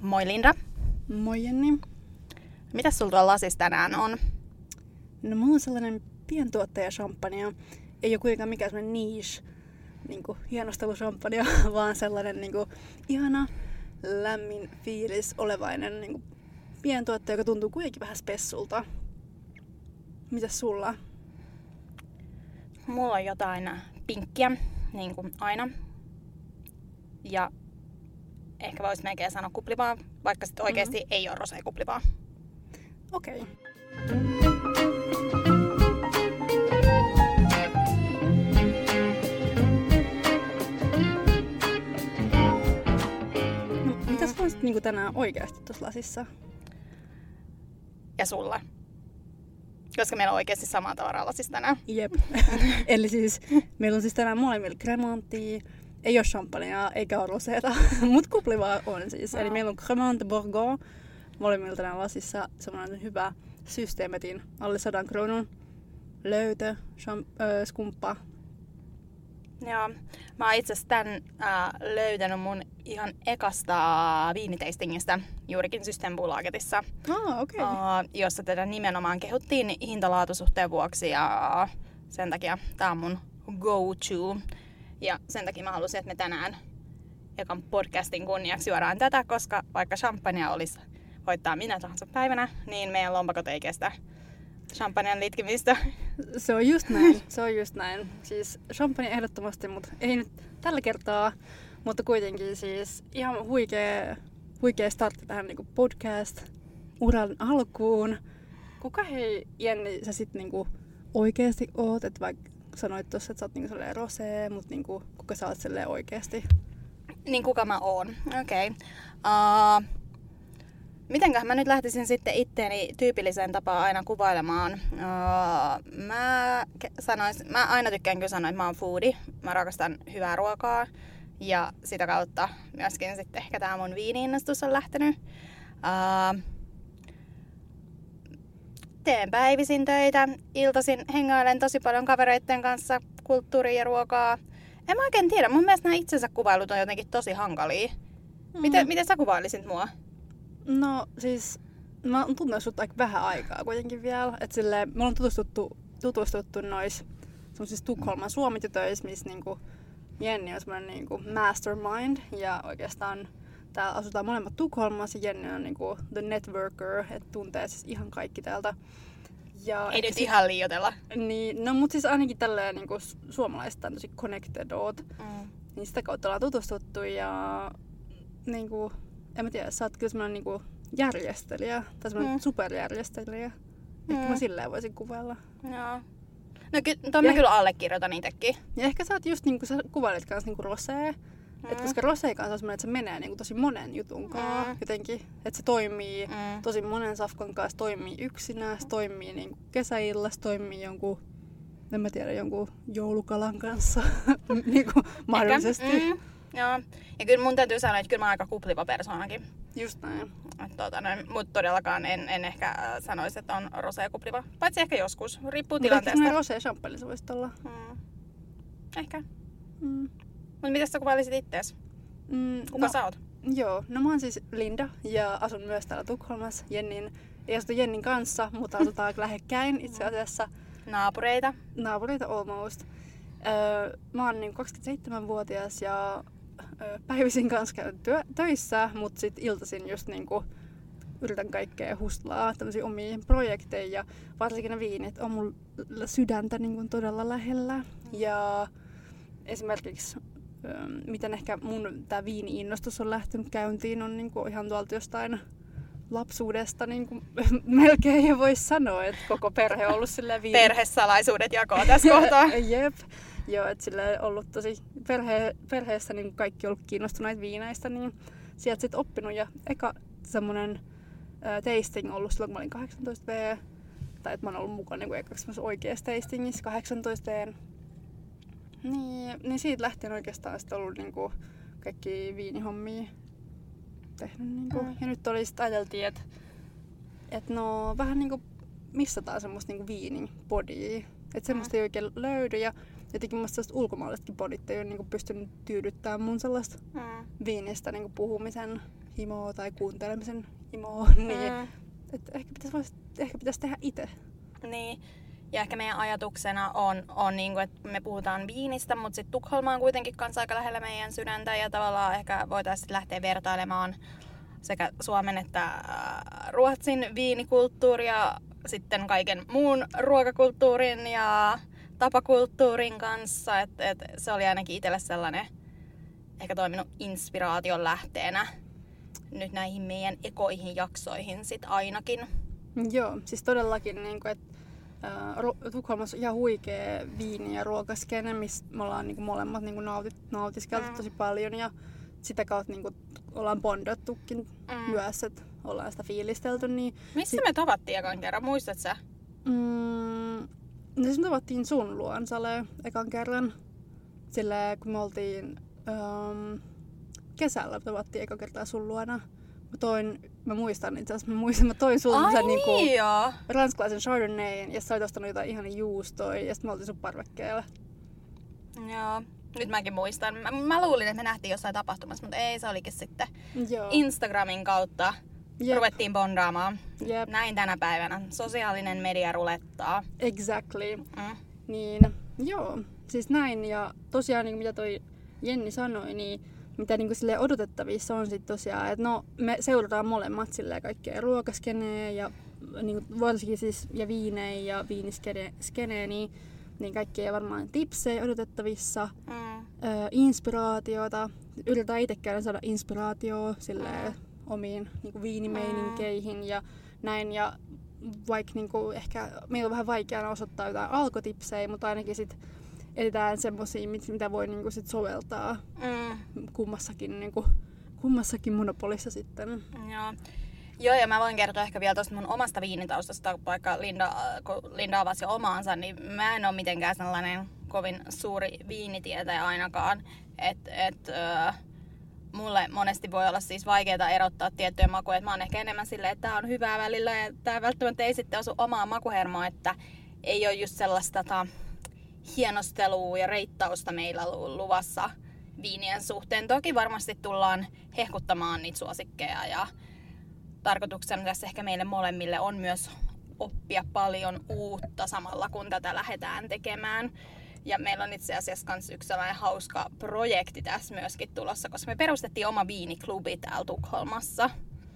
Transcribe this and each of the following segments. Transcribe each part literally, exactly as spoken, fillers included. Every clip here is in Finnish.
Moi Linda. Moi Jenni. Mitäs sulla tuolla lasissa tänään on? No mulla on sellainen pientuottaja champagnea. Ei ole kuitenkaan mikään sellainen niche niin hienosteluchampagnea, vaan sellainen niin kuin, ihana, lämmin fiilis olevainen niin kuin, pientuottaja, joka tuntuu kuitenkin vähän spessulta. Mitäs sulla? Mulla on jotain pinkkiä, niin kuin aina. Ja ehkä vois melkein sanoa kuplivaa, vaikka sit oikeesti mm-hmm. ei ole rosé kuplivaa. Okei. Okay. No, mitä sulla on sit niinku tänään oikeasti tuossa lasissa? Ja sulla? Koska meillä on oikeasti samaa tavaraa lasissa tänään. Jep. Eli siis meillä on siis tänään molemmilla Cremanttia. Ei ole champagnea eikä ole roseeta, mutta kuplivaa on siis. No. Eli meillä on Cremant de Bourgogne molemmilla tänään lasissa. Semmoinen hyvä systeemetin alle sadan kruunun löytö, champ- äh, skumppa. Joo. Mä oon itse asiassa tän äh, löytänyt mun ihan ekasta viiniteistingistä juurikin Systembolagetissa. Ah, okei. Okay. Äh, jossa tätä nimenomaan kehuttiin hinta-laatusuhteen vuoksi ja sen takia tää on mun go-to. Ja sen takia mä halusin, että me tänään ekan podcastin kunniaksi juodaan tätä, koska vaikka champagnea olisi voittaa minä tahansa päivänä, niin meidän lompakot ei kestä champagnen litkimistä. Se on just näin, se on just näin. Siis champagne ehdottomasti, mutta ei nyt tällä kertaa, mutta kuitenkin siis ihan huikea, huikea startti tähän niinku podcast-uran alkuun. Kuka hei, Jenni, sä sit niinku oikeesti oot, että vaikka sanoit tossa, että sä oot niinku rosé, mutta niinku, kuka sä oot silleen oikeesti? Niin kuka mä oon, okei. Okay. Uh, mitenköhän mä nyt lähtisin sitten itteeni tyypilliseen tapaan aina kuvailemaan. Uh, mä, sanois, mä aina tykkään kyllä sanoa, että mä oon foodie. Mä rakastan hyvää ruokaa. Ja sitä kautta myöskin sitten ehkä tää mun viini-innostus on lähtenyt. Uh, Teen päivisin töitä, iltaisin hengailen tosi paljon kavereitten kanssa, kulttuuria ja ruokaa. En mä oikein tiedä, mun mielestä nämä itsensä kuvailut on jotenkin tosi hankalia. Mm. Miten, miten sä kuvailisit mua? No siis, mä oon tuntenut sut aika vähän aikaa kuitenkin vielä. Et silleen, me ollaan tutustuttu, tutustuttu nois semmoisissa Tukholman Suomi-tytöissä, missä niinku Jenni on semmoinen niinku mastermind. Ja oikeastaan täällä asutaan molemmat Tukholmassa ja Jenni on niinku the networker, että tuntee siis ihan kaikki täältä. Ja ei nyt ihan liioitella. Niin, no mut siis ainakin tälleen niinku suomalaiset on tosi connected oot. Mm. Niin sitä kautta ollaan tutustuttu ja niinku, en mä tiedä, sä oot kyllä semmonen niinku järjestelijä tai semmonen mm. superjärjestelijä. Mm. Ehkä mä silleen voisin kuvailla. Joo. No ky- ton mä kyllä allekirjoitan itekin. Ja ehkä sä oot just niinku, sä kuvailit kans niinku rosé. Mm. Et koska rosé kanssa on semmoinen, että se menee niinku tosi monen jutun kanssa mm. jotenkin. Että se toimii mm. tosi monen safkan kanssa, toimii yksinään, se toimii niinku kesäillassa, toimii jonkun, en mä tiedä, jonkun joulukalan kanssa niinku mahdollisesti. Mm. Joo. Ja kyllä mun täytyy sanoa, että kyllä mä oon aika kupliva persoonakin. Just näin. Tota, no, mutta todellakaan en, en ehkä äh, sanoisi, että on rosé kupliva. Paitsi ehkä joskus. Riippuu Mut tilanteesta. Ehkä rosé champagne se voisi olla. Mm. Ehkä. Mm. Mutta miten sä kuvailisit ittees? Mm, Kuka no, sä oot? Joo, no mä oon siis Linda ja asun myös täällä Tukholmassa. Jennin, ei asuta Jennin kanssa, mutta asutaan lähekkäin itse asiassa. Naapureita? Naapureita almost. Öö, mä oon niin kaksikymmentäseitsemänvuotias ja öö, päivisin kanssa käyn työ, töissä, mutta sit iltaisin just niinku yritän kaikkea hustlaa, tämmösiä omia projekteja ja varsinkin ne viinit on mun sydäntä niinku todella lähellä. Mm. Ja esimerkiksi miten ehkä mun tää viini-innostus on lähtenyt käyntiin on niinku ihan tuolta jostain lapsuudesta niinku melkein jo vois sanoa, että koko perhe on ollut silleen viini. Perhesalaisuudet jakoa tässä kohtaa. Jep. Joo, että silleen ollut tosi perhe, perheessä niinku kaikki ollut kiinnostuneita viineistä, niin sieltä sit oppinut ja eka semmonen ä, tasting ollut silloin kun mä olin kahdeksantoista vuotias. Tai että mä oon ollut mukana niinku ekaksi oikeassa tastingissa kahdeksantoista vuotias. Niin, niin siitä lähtien oikeastaan sitten ollut niinku kaikki viinihommia tehnyt. Niinku. Mm. Ja nyt oli sitten ajateltiin, että et no vähän niinku missataan semmoista niinku viinin bodia. Että semmoista mm. ei oikein löydy. Ja jotenkin musta sellaiset ulkomaalaisetkin podit ei ole niinku pystynyt tyydyttämään mun sellaista Mm. viinistä niinku puhumisen himoa tai kuuntelemisen himoa. niin, Mm. et ehkä pitäisi ehkä pitäis tehdä itse. Niin. Ja ehkä meidän ajatuksena on, on niinku, että me puhutaan viinistä, mutta sitten Tukholma on kuitenkin kanssa aika lähellä meidän sydäntä ja tavallaan ehkä voitaisiin lähteä vertailemaan sekä Suomen että Ruotsin viinikulttuuria sitten kaiken muun ruokakulttuurin ja tapakulttuurin kanssa. Et, et se oli ainakin itselle sellainen ehkä toiminut inspiraation lähteenä nyt näihin meidän ekoihin jaksoihin sit ainakin. Joo, siis todellakin, niin kuin, että äh, Tukholmassa on ihan huikea viini- ja ruokaskene, missä me ollaan niin kuin molemmat niin kuin nautit, nautiskeltu mm. tosi paljon ja sitä kautta niin kuin, ollaan bondattukin mm. myös, että ollaan sitä fiilistelty. Niin Missä sit... me tavattiin ekan kerran, muistat sä? Mm, no siis me tavattiin sun luon Sale ekan kerran. Silleen, kun me oltiin ähm, kesällä, tavattiin ekan kertaa sun luona. Mä toin, mä muistan itse asiassa, mä muistan, mä toin sulle sen niin niinku joo. ranskalaisen Chardonnayn ja sä olit ostanut jotain ihania juustoja ja sitten me oltiin sun parvekkeella. Joo. Nyt mäkin muistan. Mä, mä luulin, että me nähtiin jossain tapahtumassa, mutta ei, se olikin sitten Joo. Instagramin kautta. Jep. Ruvettiin bondaamaan. Jep. Näin tänä päivänä. Sosiaalinen media rulettaa. Exactly. Mm. Niin, joo. Siis näin ja tosiaan niin mitä toi Jenni sanoi, niin mitä niin kuin odotettavissa on sitten tosiaan, että no me seurataan molemmat silleen kaikkea ruokaskeneen ja niin kuin varsinkin siis ja viinejä ja viiniskeneen, niin, niin kaikkea varmaan tipsejä odotettavissa, Mm. ö, inspiraatiota. Yritetään itsekään saada inspiraatioa silleen Mm. omiin niin kuin viinimeininkeihin ja näin. Ja vaikka niin kuin ehkä meillä on vähän vaikeaa osoittaa jotain alkotipsejä, mutta ainakin sit etsitään semmosia, mitä voi niinku sit soveltaa Mm. kummassakin, niinku, kummassakin monopolissa sitten. Joo. Joo, ja mä voin kertoa ehkä vielä tuosta mun omasta viinitaustasta, vaikka Linda, kun Linda avasi jo omaansa, niin mä en ole mitenkään sellainen kovin suuri viinitietäjä ainakaan. Että et, äh, mulle monesti voi olla siis vaikeaa erottaa tiettyjä makuja. Et mä oon ehkä enemmän silleen, että tää on hyvää välillä ja tää välttämättä ei sitten osu omaan makuhermoon, että ei ole just sellaista ta, hienostelua ja reittausta meillä luvassa viinien suhteen. Toki varmasti tullaan hehkuttamaan niitä suosikkeja ja tarkoituksena tässä ehkä meille molemmille on myös oppia paljon uutta samalla kun tätä lähdetään tekemään. Ja meillä on itse asiassa myös yksi sellainen hauska projekti tässä myöskin tulossa, koska me perustettiin oma viiniklubi täällä Tukholmassa.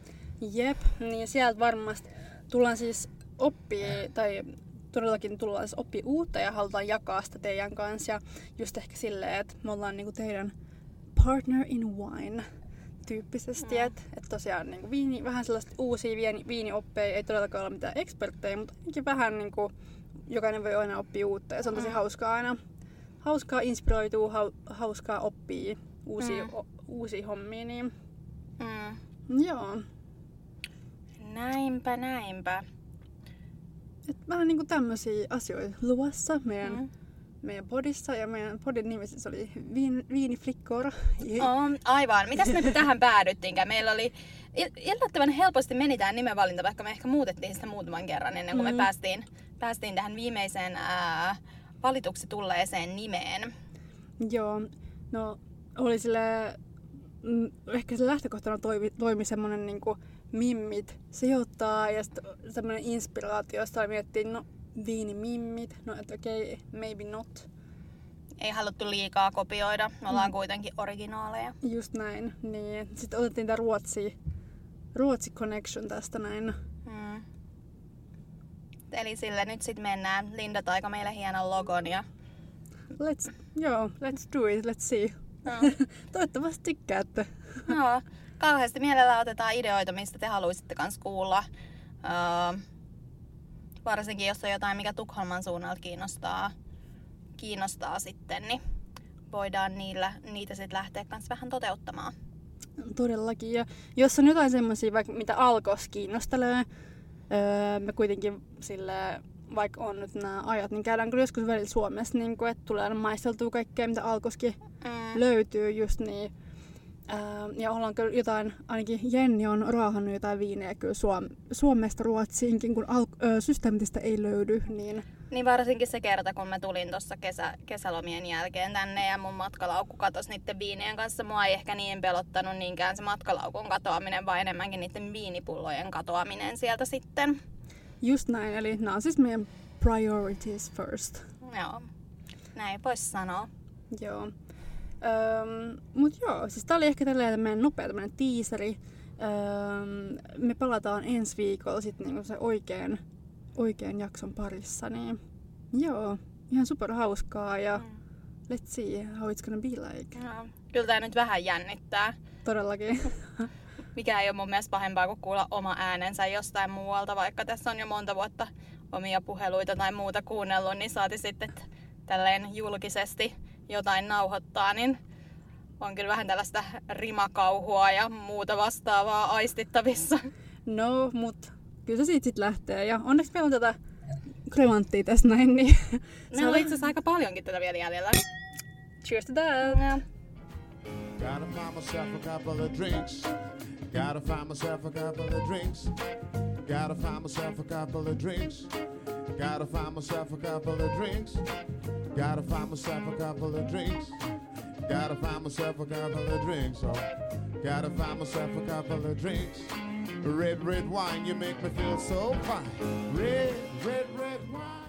Jep, niin sieltä varmasti tullaan siis oppia, tai todellakin tullaan siis oppia uutta ja halutaan jakaa sitä teidän kanssa. Ja just ehkä silleen, että me ollaan niinku teidän partner in wine tyyppisesti. Mm. Että et tosiaan niinku viini, vähän sellaista uusia viini, viinioppeja, ei todellakaan ole mitään eksperttejä, mutta ainakin vähän niinku jokainen voi aina oppia uutta ja se on tosi mm. hauskaa aina. Hauskaa inspiroitua, hauskaa oppia uusia, mm. o, uusia hommia. Niin. Mm. Joo. Näinpä, näinpä. Et vähän niinku tämmösiä asioita luvassa meidän, Mm. meidän podissa ja meidän podin nimi siis oli Viin, Viiniflickor. Oh, aivan. Mitäs me tähän päädyttiinkään? Meillä oli yllättävän helposti meni tämä nimenvalinta, vaikka me ehkä muutettiin sitä muutaman kerran ennen kuin mm. me päästiin, päästiin tähän viimeiseen ää, valituksi tulleeseen nimeen. Joo, no oli sille mm, ehkä se lähtökohtana toimi, toimi semmonen niinku mimmit sijoittaa ja sitten semmonen inspiraatio, josta miettii, no viinimimmit, no että okei, okay, maybe not. Ei haluttu liikaa kopioida, me ollaan mm. kuitenkin originaaleja. Just näin, niin. Sitten otettiin tää Ruotsi, Ruotsi connection tästä näin. Mm. Eli sille nyt sit mennään. Linda taiko meille hienon logon ja... Let's, joo, let's do it, let's see. No. Toivottavasti tykkäätte. No, kauheasti mielellä otetaan ideoita, mistä te haluaisitte kans kuulla. Öö, varsinkin jos on jotain, mikä Tukholman suunnalta kiinnostaa, kiinnostaa sitten, niin voidaan niillä, niitä sitten lähteä kans vähän toteuttamaan. Todellakin. Ja jos on jotain semmosia, vaikka mitä Alkos kiinnostelee, öö, me kuitenkin sille, vaikka on nyt nämä ajat, niin käydään kyllä joskus välillä Suomessa, niin kun, että tulee aina maisteltua kaikkea, mitä Alkoskin mm. löytyy just niin. Öö, ja ollaan kyllä jotain, ainakin Jenni on raahannut jotain viinejä kyllä Suom- Suomesta Ruotsiinkin, kun al- öö, Systeemitistä ei löydy, niin Niin varsinkin se kerta, kun mä tulin tuossa kesä, kesälomien jälkeen tänne ja mun matkalaukku katosi niiden viinien kanssa. Mua ei ehkä niin pelottanut niinkään se matkalaukun katoaminen, vaan enemmänkin niiden viinipullojen katoaminen sieltä sitten. Just näin, eli nämä on siis meidän priorities first. Joo, näin voisi sanoa. Joo. Öm, mut joo, siis tää oli ehkä tällainen meidän nopea tämmönen tiiseri. Öm, me palataan ensi viikolla sit niinku se oikean, oikean jakson parissa, niin joo, ihan super hauskaa ja mm. let's see how it's gonna be like. No, kyllä tää nyt vähän jännittää. Todellakin. Mikä ei ole mun mielestä pahempaa kuin kuulla oma äänensä jostain muualta, vaikka tässä on jo monta vuotta omia puheluita tai muuta kuunnellut, niin saati sitten tälleen julkisesti jotain nauhoittaa, niin on kyllä vähän tällaista rimakauhua ja muuta vastaavaa aistittavissa. No, mut kyllä se siitä sit lähtee. Ja onneksi meillä on tätä kremanttia tässä näin, niin... Meillä on itse asiassa aika paljonkin tätä vielä jäljellä. Cheers to that! Ja. Gotta find myself a couple of drinks. Gotta find myself a couple of drinks. Gotta find myself a couple of drinks. Gotta find myself a couple of drinks. Gotta find myself a couple of drinks. Gotta find myself a couple of drinks. Oh, gotta find myself a couple of drinks. Red, red wine, you make me feel so fine. Red, red, red wine.